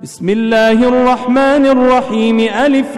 بسم الله الرحمن الرحيم ألف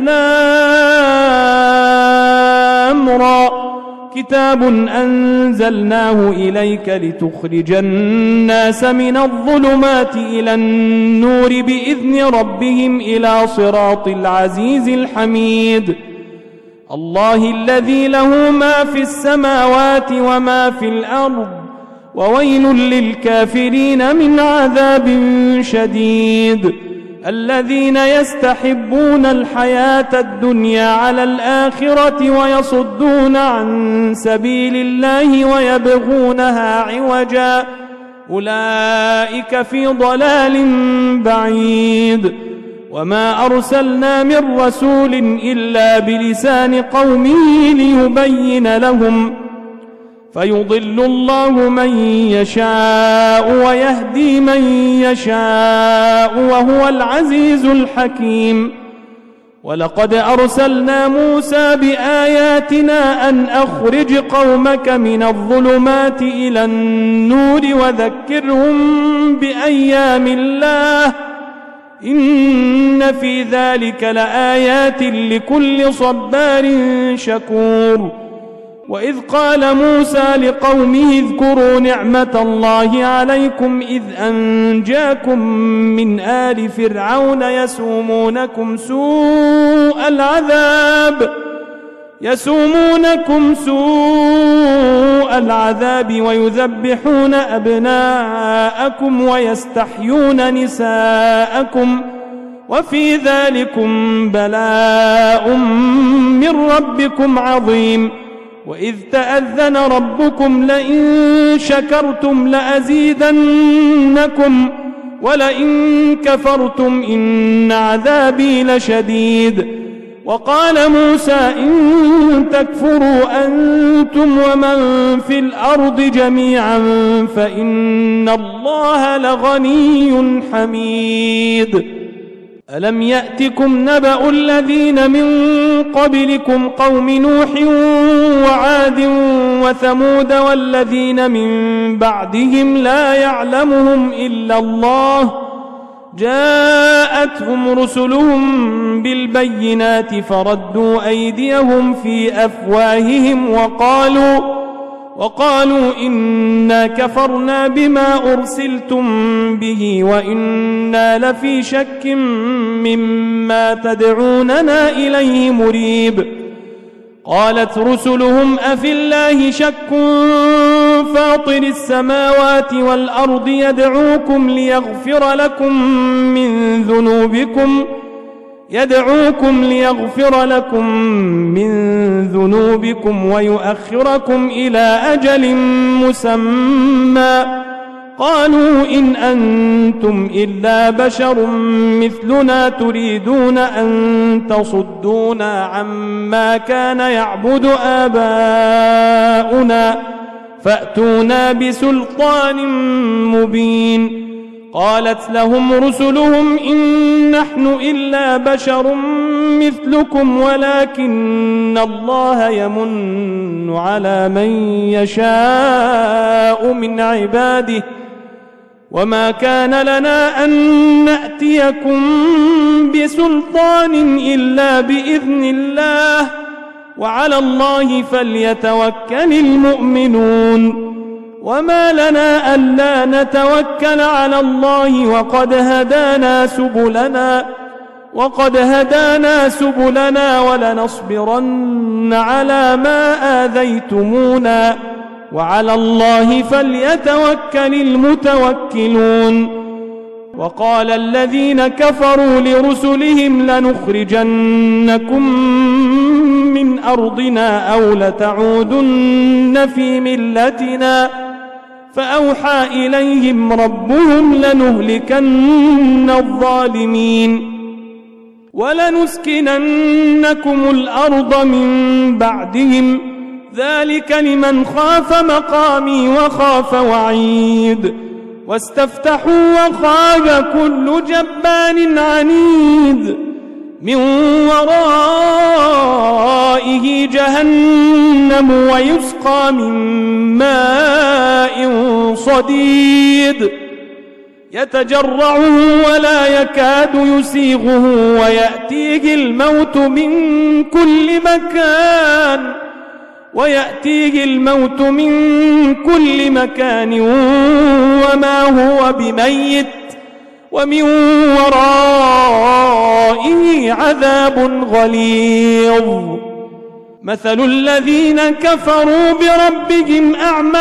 لام را كتاب أنزلناه إليك لتخرج الناس من الظلمات إلى النور بإذن ربهم إلى صراط العزيز الحميد الله الذي له ما في السماوات وما في الأرض وويل للكافرين من عذاب شديد الذين يستحبون الحياة الدنيا على الآخرة ويصدون عن سبيل الله ويبغونها عوجا أولئك في ضلال بعيد وما أرسلنا من رسول إلا بلسان قومه ليبين لهم فيضل الله من يشاء ويهدي من يشاء وهو العزيز الحكيم ولقد أرسلنا موسى بآياتنا أن أخرج قومك من الظلمات إلى النور وذكرهم بأيام الله إن في ذلك لآيات لكل صبار شكور وإذ قال موسى لقومه اذكروا نعمة الله عليكم إذ أنجاكم من آل فرعون يسومونكم سوء العذاب ويذبحون أبناءكم ويستحيون نساءكم وفي ذلكم بلاء من ربكم عظيم وإذ تأذن ربكم لئن شكرتم لأزيدنكم ولئن كفرتم إن عذابي لشديد وقال موسى إن تكفروا أنتم ومن في الأرض جميعا فإن الله لغني حميد ألم يأتكم نبأ الذين من قبلكم قوم نوح وعاد وثمود والذين من بعدهم لا يعلمهم إلا الله جاءتهم رسلهم بالبينات فردوا أيديهم في أفواههم وقالوا إنا كفرنا بما أرسلتم به وإنا لفي شك مما تدعوننا إليه مريب قالت رسلهم أفي الله شك فاطر السماوات والأرض يدعوكم ليغفر لكم من ذنوبكم ويؤخركم إلى أجل مسمى قالوا إن أنتم إلا بشر مثلنا تريدون أن تصدونا عما كان يعبد آباؤنا فأتونا بسلطان مبين قالت لهم رسلهم إن نحن إلا بشر مثلكم ولكن الله يمن على من يشاء من عباده وما كان لنا أن نأتيكم بسلطان إلا بإذن الله وعلى الله فليتوكل المؤمنون وما لنا ألا نتوكل على الله وقد هدانا سبلنا ولنصبرن على ما آذيتمونا وعلى الله فليتوكل المتوكلون وقال الذين كفروا لرسلهم لنخرجنكم من أرضنا أو لتعودن في ملتنا فأوحى إليهم ربهم لنهلكن الظالمين ولنسكننكم الأرض من بعدهم ذلك لمن خاف مقامي وخاف وعيد واستفتحوا وخاب كل جبار عنيد من ورائه جهنم ويسقى من ماء صديد يتجرعه ولا يكاد يسيغه ويأتيه الموت من كل مكان وما هو بميت ومن ورائه عذاب غليظ. مثل الذين كفروا بربهم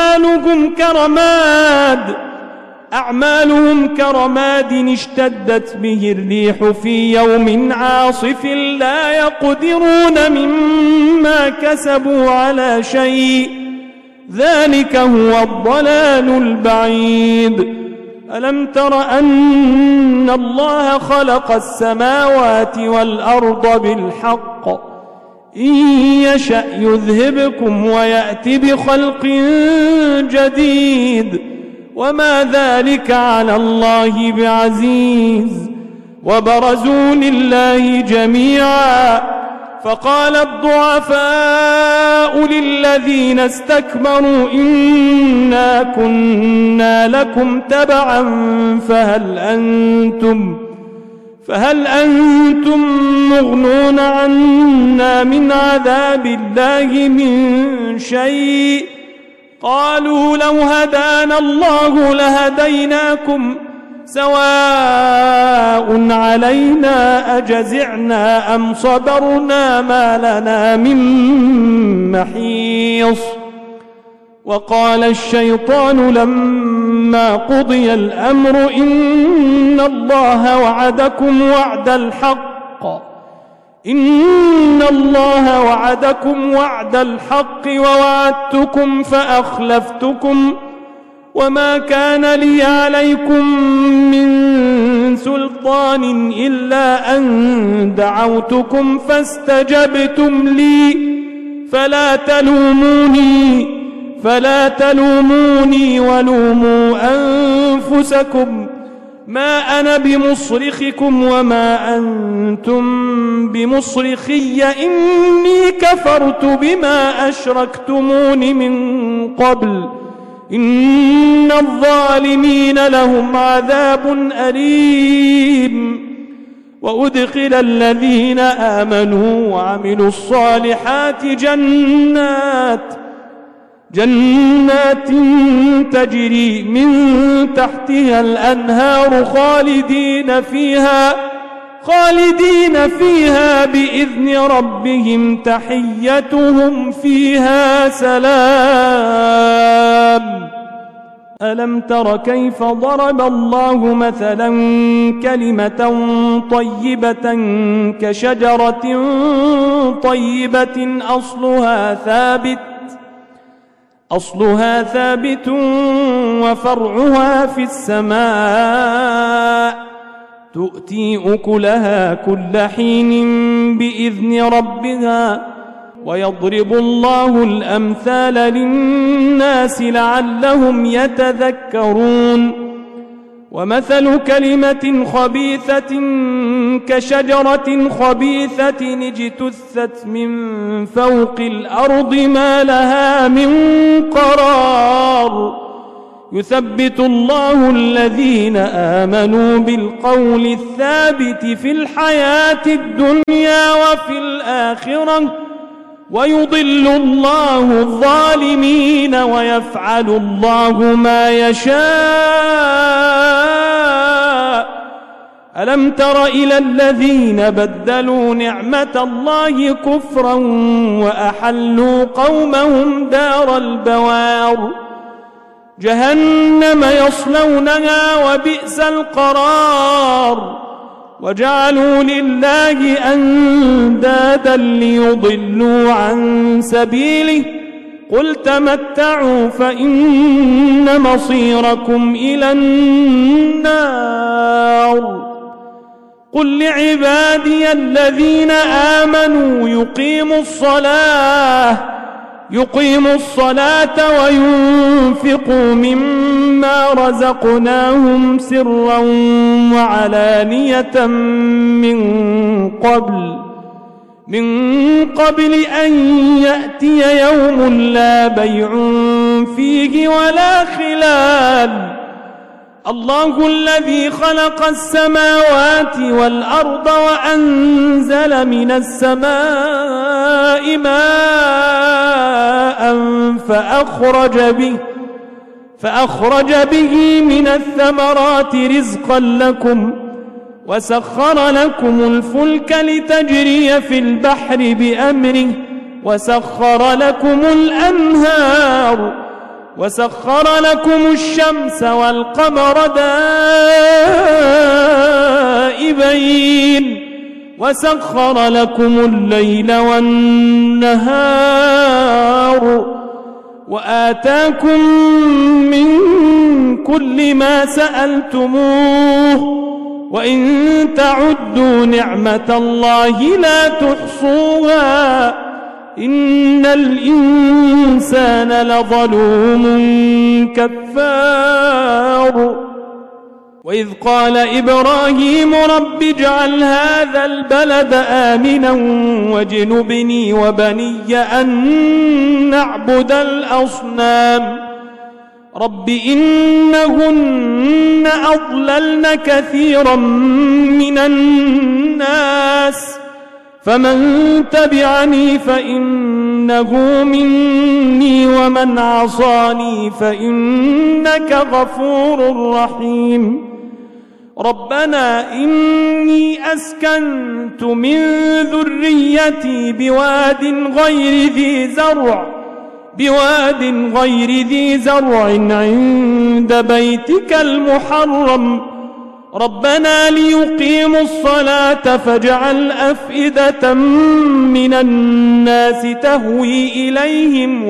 أعمالهم كرماد اشتدت به الريح في يوم عاصف لا يقدرون مما كسبوا على شيء ذلك هو الضلال البعيد. ألم تر أن الله خلق السماوات والأرض بالحق إن يشأ يذهبكم ويأت بخلق جديد وما ذلك على الله بعزيز. وبرزوا لله جميعا فقال الضعفاء للذين استكبروا إنا كنا لكم تبعا فهل أنتم مغنون عنا من عذاب الله من شيء؟ قالوا لو هدانا الله لهديناكم سواء علينا أجزعنا أم صبرنا ما لنا من محيص. وقال الشيطان لما قضي الأمر إن الله وعدكم وعد الحق ووعدتكم فأخلفتكم وما كان لي عليكم من سلطان إلا أن دعوتكم فاستجبتم لي فلا تلوموني ولوموا أنفسكم ما أنا بمصرخكم وما أنتم بمصرخي إني كفرت بما أشركتمون من قبل إن الظالمين لهم عذاب أليم. وأدخل الذين آمنوا وعملوا الصالحات جنات تجري من تحتها الأنهار خالدين فيها بإذن ربهم تحيتهم فيها سلام. ألم تر كيف ضرب الله مثلا كلمة طيبة كشجرة طيبة أصلها ثابت وفرعها في السماء تؤتي أكلها كل حين بإذن ربها ويضرب الله الأمثال للناس لعلهم يتذكرون. ومثل كلمة خبيثة كشجرة خبيثة اجتثت من فوق الأرض ما لها من قرار يثبت الله الذين آمنوا بالقول الثابت في الحياة الدنيا وفي الآخرة ويضل الله الظالمين ويفعل الله ما يشاء. ألم تر إلى الذين بدلوا نعمة الله كفرا وأحلوا قومهم دار البوار جهنم يصلونها وبئس القرار وجعلوا لله أندادا ليضلوا عن سبيله قل تمتعوا فإن مصيركم إلى النار. قل لعبادي الذين آمنوا يقيموا الصلاة وينفقوا مما رزقناهم سرا وعلانية من قبل أن يأتي يوم لا بيع فيه ولا خلال. الله الذي خلق السماوات والأرض وأنزل من السماء ماء فأخرج به من الثمرات رزقا لكم وسخر لكم الفلك لتجري في البحر بأمره وسخر لكم الأنهار وسخر لكم الشمس والقمر دائبين وسخر لكم الليل والنهار وآتاكم من كل ما سألتموه وإن تعدوا نعمة الله لا تحصوها إن الإنسان لظلوم كفار وإذ قال إبراهيم رب اجعل هذا البلد آمنا واجنبني وبني أن نعبد الأصنام رب إنهن أضللن كثيرا من الناس فمن تبعني فإنه مني ومن عصاني فإنك غفور رحيم ربنا إني أسكنت من ذريتي بواد غير ذي زرع عند بيتك المحرم ربنا ليقيموا الصلاة فاجعل أفئدة من الناس تهوي إليهم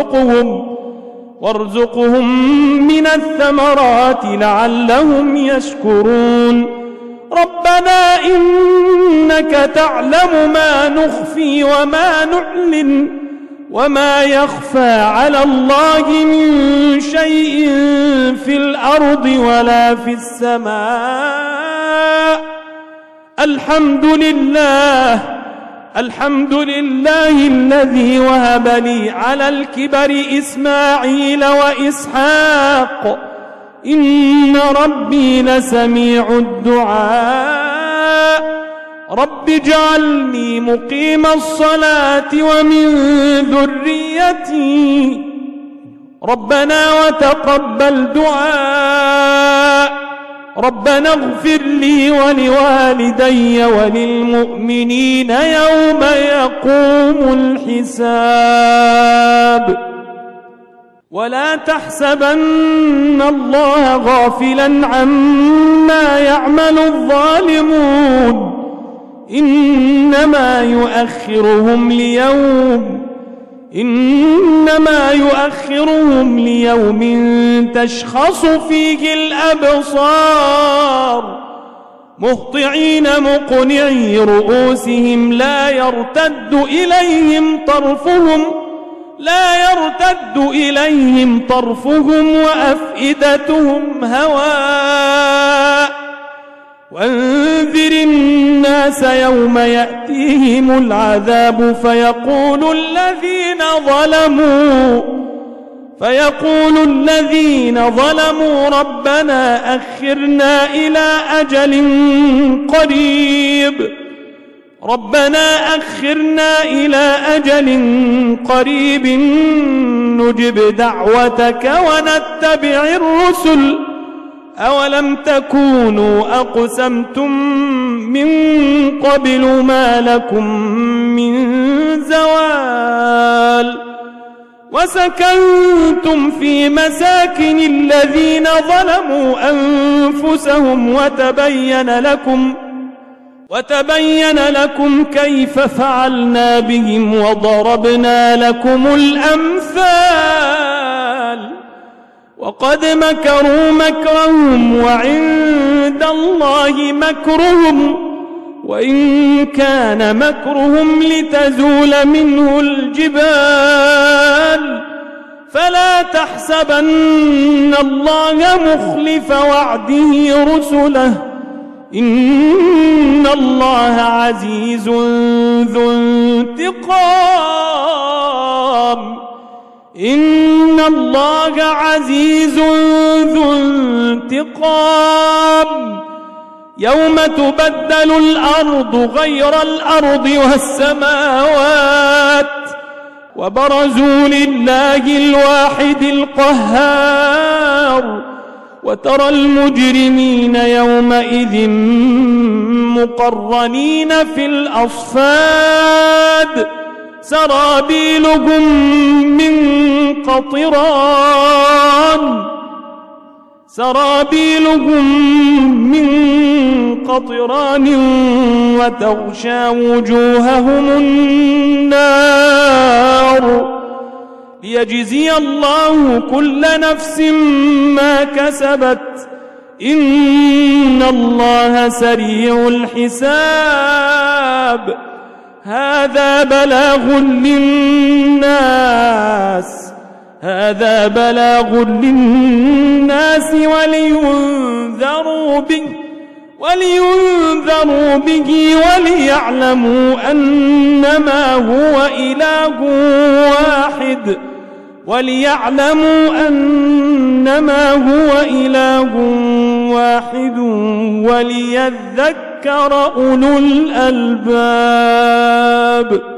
وارزقهم من الثمرات لعلهم يشكرون ربنا إنك تعلم ما نخفي وما نعلن وما يخفى على الله من شيء في الأرض ولا في السماء الحمد لله الذي وهب لي على الكبر إسماعيل وإسحاق إن ربي لسميع الدعاء رب اجعلني مقيم الصلاة ومن ذريتي ربنا وتقبل دعاء ربنا اغفر لي ولوالدي وللمؤمنين يوم يقوم الحساب ولا تحسبن الله غافلا عما يعمل الظالمون إنما يؤخرهم ليوم تشخص فيه الأبصار مهطعين مقنعي رؤوسهم لا يرتد إليهم طرفهم وأفئدتهم هواء وانذر الناس يوم يأتيهم العذاب فيقول الذين ظلموا ربنا أخرنا إلى أجل قريب نجب دعوتك ونتبع الرسل أولم تكونوا أقسمتم من قبل ما لكم من زوال وسكنتم في مساكن الذين ظلموا أنفسهم وتبين لكم كيف فعلنا بهم وضربنا لكم الأمثال وقد مكروا مكرهم وعند الله مكرهم وإن كان مكرهم لتزول منه الجبال فلا تحسبن الله مخلف وعده رسله إن الله عزيز ذو انتقام إن الله عزيز ذو انتقام يوم تبدل الأرض غير الأرض والسماوات وبرزوا لله الواحد القهار وترى المجرمين يومئذ مقرنين في الأصفاد سرابيلهم من قطران وتغشى وجوههم النار ليجزي الله كل نفس ما كسبت إن الله سريع الحساب هذا بلاغ للناس ولينذروا به وليعلموا أنما هو إله واحد وليذكر أولو الألباب.